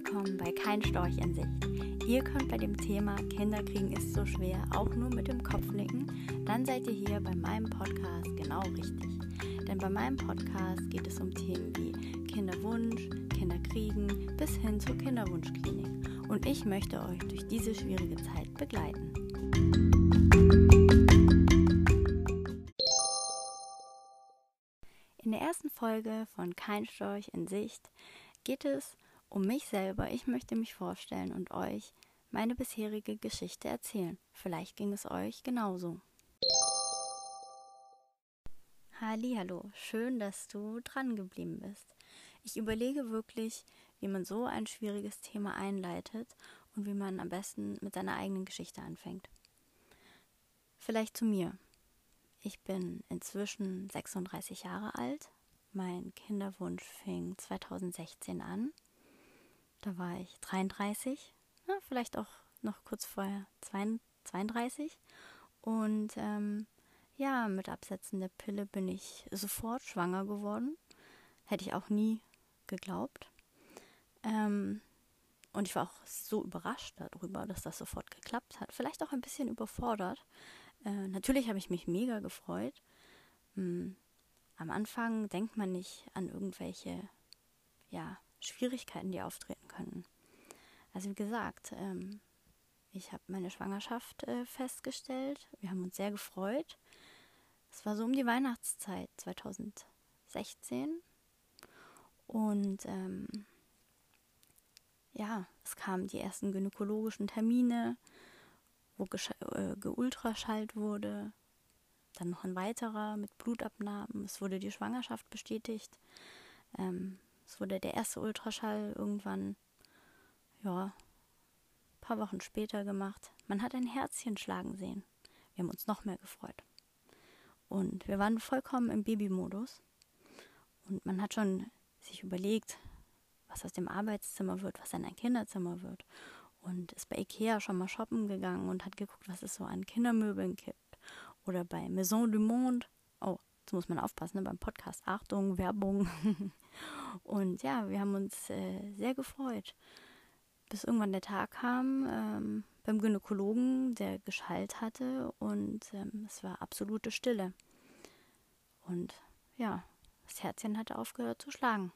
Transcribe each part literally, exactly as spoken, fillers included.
willkommen bei Kein Storch in Sicht. Ihr könnt bei dem Thema Kinderkriegen ist so schwer auch nur mit dem Kopf nicken, dann seid ihr hier bei meinem Podcast genau richtig. Denn bei meinem Podcast geht es um Themen wie Kinderwunsch, Kinderkriegen bis hin zur Kinderwunschklinik. Und ich möchte euch durch diese schwierige Zeit begleiten. In der ersten Folge von Kein Storch in Sicht geht es um mich selber. Ich möchte mich vorstellen und euch meine bisherige Geschichte erzählen. Vielleicht ging es euch genauso. Hallihallo, schön, dass du dran geblieben bist. Ich überlege wirklich, wie man so ein schwieriges Thema einleitet und wie man am besten mit seiner eigenen Geschichte anfängt. Vielleicht zu mir. Ich bin inzwischen sechsunddreißig Jahre alt. Mein Kinderwunsch fing zweitausendsechzehn an. Da war ich dreiunddreißig, ja, vielleicht auch noch kurz vorher zweiunddreißig. Und ähm, ja, mit Absetzen der Pille bin ich sofort schwanger geworden. Hätte ich auch nie geglaubt. Ähm, und ich war auch so überrascht darüber, dass das sofort geklappt hat. Vielleicht auch ein bisschen überfordert. Äh, natürlich habe ich mich mega gefreut. Hm, am Anfang denkt man nicht an irgendwelche, ja, Schwierigkeiten, die auftreten könnten. Also wie gesagt, ähm, ich habe meine Schwangerschaft äh, festgestellt. Wir haben uns sehr gefreut. Es war so um die Weihnachtszeit zweitausendsechzehn. Und ähm, ja, es kamen die ersten gynäkologischen Termine, wo gesche- äh, geultraschallt wurde. Dann noch ein weiterer mit Blutabnahmen. Es wurde die Schwangerschaft bestätigt. Ähm, Es wurde der erste Ultraschall irgendwann, ja, ein paar Wochen später gemacht. Man hat ein Herzchen schlagen sehen. Wir haben uns noch mehr gefreut. Und wir waren vollkommen im Babymodus. Und man hat schon sich überlegt, was aus dem Arbeitszimmer wird, was in ein Kinderzimmer wird. Und ist bei Ikea schon mal shoppen gegangen und hat geguckt, was es so an Kindermöbeln gibt. Oder bei Maison du Monde. Oh, jetzt muss man aufpassen, ne, beim Podcast. Achtung, Werbung. Und ja, wir haben uns äh, sehr gefreut, bis irgendwann der Tag kam ähm, beim Gynäkologen, der geschallt hatte und ähm, es war absolute Stille. Und ja, das Herzchen hatte aufgehört zu schlagen.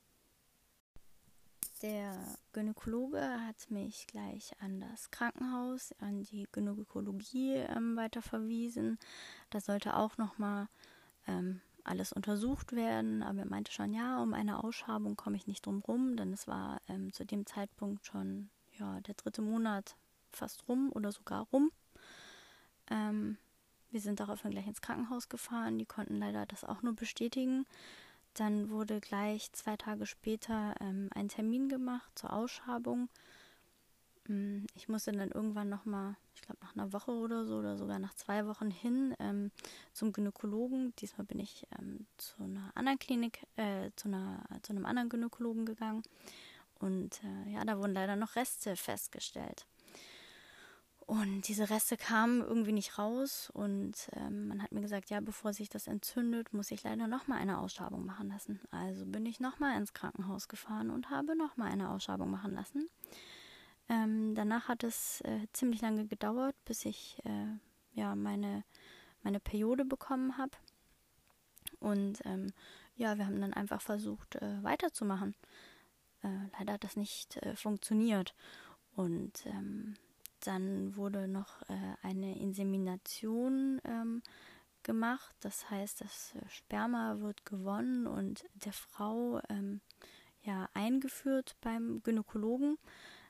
Der Gynäkologe hat mich gleich an das Krankenhaus, an die Gynäkologie ähm, weiterverwiesen. Da sollte auch nochmal ähm, alles untersucht werden, aber er meinte schon, ja, um eine Ausschabung komme ich nicht drum rum, denn es war ähm, zu dem Zeitpunkt schon ja, der dritte Monat fast rum oder sogar rum. Ähm, wir sind daraufhin gleich ins Krankenhaus gefahren, die konnten leider das auch nur bestätigen. Dann wurde gleich zwei Tage später ähm, ein Termin gemacht zur Ausschabung. Ich musste dann irgendwann nochmal, ich glaube nach einer Woche oder so oder sogar nach zwei Wochen hin ähm, zum Gynäkologen. Diesmal bin ich ähm, zu einer anderen Klinik, äh, zu, einer, zu einem anderen Gynäkologen gegangen. Und äh, ja, da wurden leider noch Reste festgestellt. Und diese Reste kamen irgendwie nicht raus. Und ähm, man hat mir gesagt, ja, bevor sich das entzündet, muss ich leider nochmal eine Ausschabung machen lassen. Also bin ich nochmal ins Krankenhaus gefahren und habe nochmal eine Ausschabung machen lassen. Ähm, danach hat es äh, ziemlich lange gedauert, bis ich äh, ja, meine, meine Periode bekommen habe. Und ähm, ja, wir haben dann einfach versucht, äh, weiterzumachen. Äh, leider hat das nicht äh, funktioniert. Und ähm, dann wurde noch äh, eine Insemination ähm, gemacht. Das heißt, das Sperma wird gewonnen und der Frau ähm, ja, eingeführt beim Gynäkologen.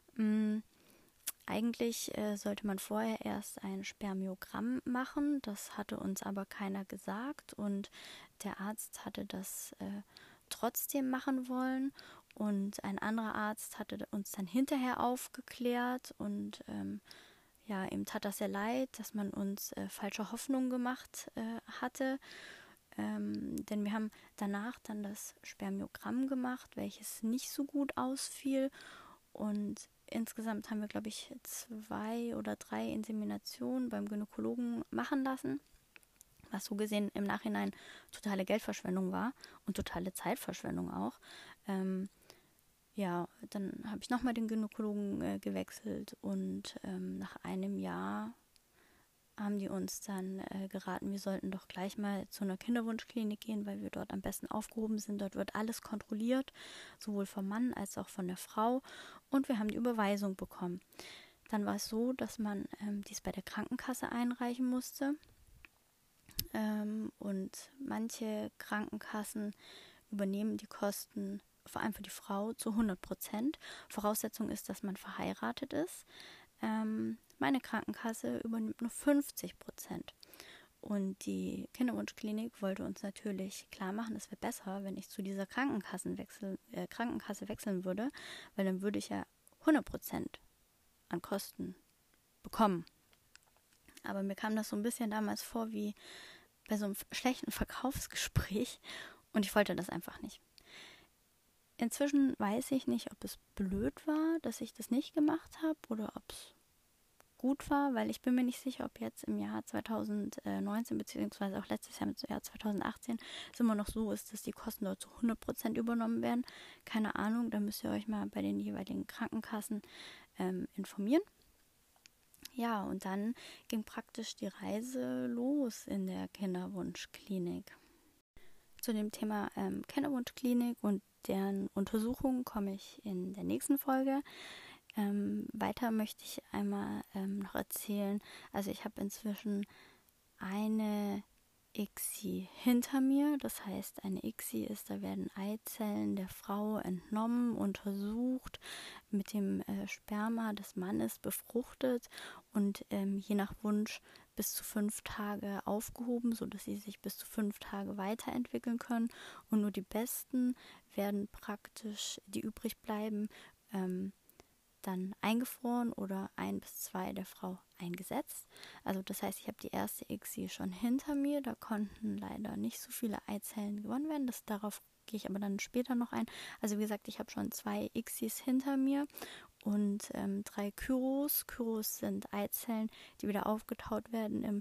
Eigentlich äh, sollte man vorher erst ein Spermiogramm machen, das hatte uns aber keiner gesagt und der Arzt hatte das äh, trotzdem machen wollen und ein anderer Arzt hatte uns dann hinterher aufgeklärt und ähm, ja, ihm tat das sehr leid, dass man uns äh, falsche Hoffnung gemacht äh, hatte, ähm, denn wir haben danach dann das Spermiogramm gemacht, welches nicht so gut ausfiel. Und insgesamt haben wir, glaube ich, zwei oder drei Inseminationen beim Gynäkologen machen lassen, was so gesehen im Nachhinein totale Geldverschwendung war und totale Zeitverschwendung auch. Ähm, ja, dann habe ich nochmal den Gynäkologen äh, gewechselt und ähm, nach einem Jahr haben die uns dann äh, geraten, wir sollten doch gleich mal zu einer Kinderwunschklinik gehen, weil wir dort am besten aufgehoben sind. Dort wird alles kontrolliert, sowohl vom Mann als auch von der Frau, und wir haben die Überweisung bekommen. Dann war es so, dass man ähm, dies bei der Krankenkasse einreichen musste, ähm, und manche Krankenkassen übernehmen die Kosten, vor allem für die Frau, zu hundert Prozent. Voraussetzung ist, dass man verheiratet ist. Ähm, meine Krankenkasse übernimmt nur fünfzig Prozent. Und die Kinderwunschklinik wollte uns natürlich klar machen, es wäre besser, wenn ich zu dieser Krankenkassenwechsel, äh, Krankenkasse wechseln würde, weil dann würde ich ja hundert Prozent an Kosten bekommen. Aber mir kam das so ein bisschen damals vor wie bei so einem schlechten Verkaufsgespräch, und ich wollte das einfach nicht. Inzwischen weiß ich nicht, ob es blöd war, dass ich das nicht gemacht habe oder ob es gut war, weil ich bin mir nicht sicher, ob jetzt im Jahr zwanzig neunzehn beziehungsweise auch letztes Jahr im Jahr zwanzig achtzehn es immer noch so ist, dass die Kosten dort zu hundert Prozent übernommen werden. Keine Ahnung, da müsst ihr euch mal bei den jeweiligen Krankenkassen ähm, informieren. Ja, und dann ging praktisch die Reise los in der Kinderwunschklinik. Zu dem Thema ähm, Kinderwunschklinik und deren Untersuchungen komme ich in der nächsten Folge. Ähm, weiter möchte ich einmal ähm, noch erzählen, also ich habe inzwischen eine I C S I hinter mir, das heißt eine I C S I ist, da werden Eizellen der Frau entnommen, untersucht, mit dem äh, Sperma des Mannes befruchtet und ähm, je nach Wunsch bis zu fünf Tage aufgehoben, sodass sie sich bis zu fünf Tage weiterentwickeln können, und nur die besten werden praktisch, die übrig bleiben, ähm, dann eingefroren oder ein bis zwei der Frau eingesetzt. Also das heißt, ich habe die erste I C S I schon hinter mir. Da konnten leider nicht so viele Eizellen gewonnen werden. Das, darauf gehe ich aber dann später noch ein. Also wie gesagt, ich habe schon zwei I C S Is hinter mir und ähm, drei Kyros. Kyros sind Eizellen, die wieder aufgetaut werden im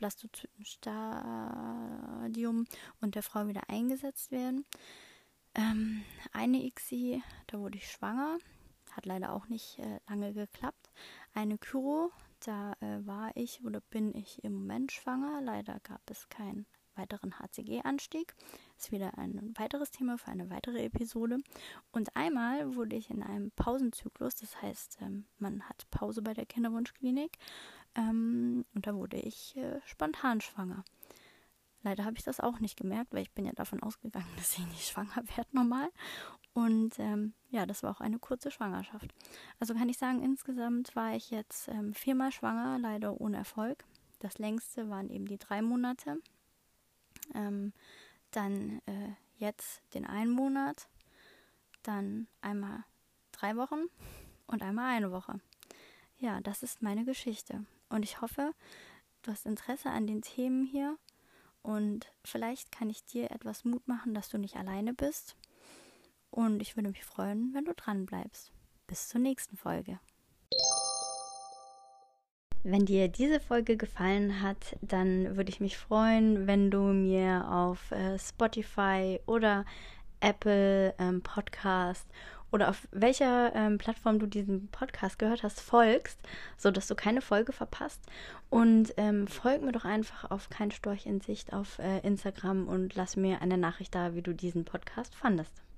Blastozytenstadium und der Frau wieder eingesetzt werden. Ähm, eine I C S I, da wurde ich schwanger. Hat leider auch nicht äh, lange geklappt. Eine Kyro, da äh, war ich oder bin ich im Moment schwanger. Leider gab es keinen weiteren H C G-Anstieg. Ist wieder ein weiteres Thema für eine weitere Episode. Und einmal wurde ich in einem Pausenzyklus, das heißt, ähm, man hat Pause bei der Kinderwunschklinik, ähm, und da wurde ich äh, spontan schwanger. Leider habe ich das auch nicht gemerkt, weil ich bin ja davon ausgegangen, dass ich nicht schwanger werde normal. Und ähm, ja, das war auch eine kurze Schwangerschaft. Also kann ich sagen, insgesamt war ich jetzt ähm, viermal schwanger, leider ohne Erfolg. Das längste waren eben die drei Monate. Ähm, dann äh, jetzt den einen Monat. Dann einmal drei Wochen und einmal eine Woche. Ja, das ist meine Geschichte. Und ich hoffe, du hast Interesse an den Themen hier. Und vielleicht kann ich dir etwas Mut machen, dass du nicht alleine bist. Und ich würde mich freuen, wenn du dran bleibst. Bis zur nächsten Folge. Wenn dir diese Folge gefallen hat, dann würde ich mich freuen, wenn du mir auf äh, Spotify oder Apple ähm, Podcast oder auf welcher ähm, Plattform du diesen Podcast gehört hast, folgst, sodass du keine Folge verpasst. Und ähm, folg mir doch einfach auf Kein Storch in Sicht auf äh, Instagram und lass mir eine Nachricht da, wie du diesen Podcast fandest.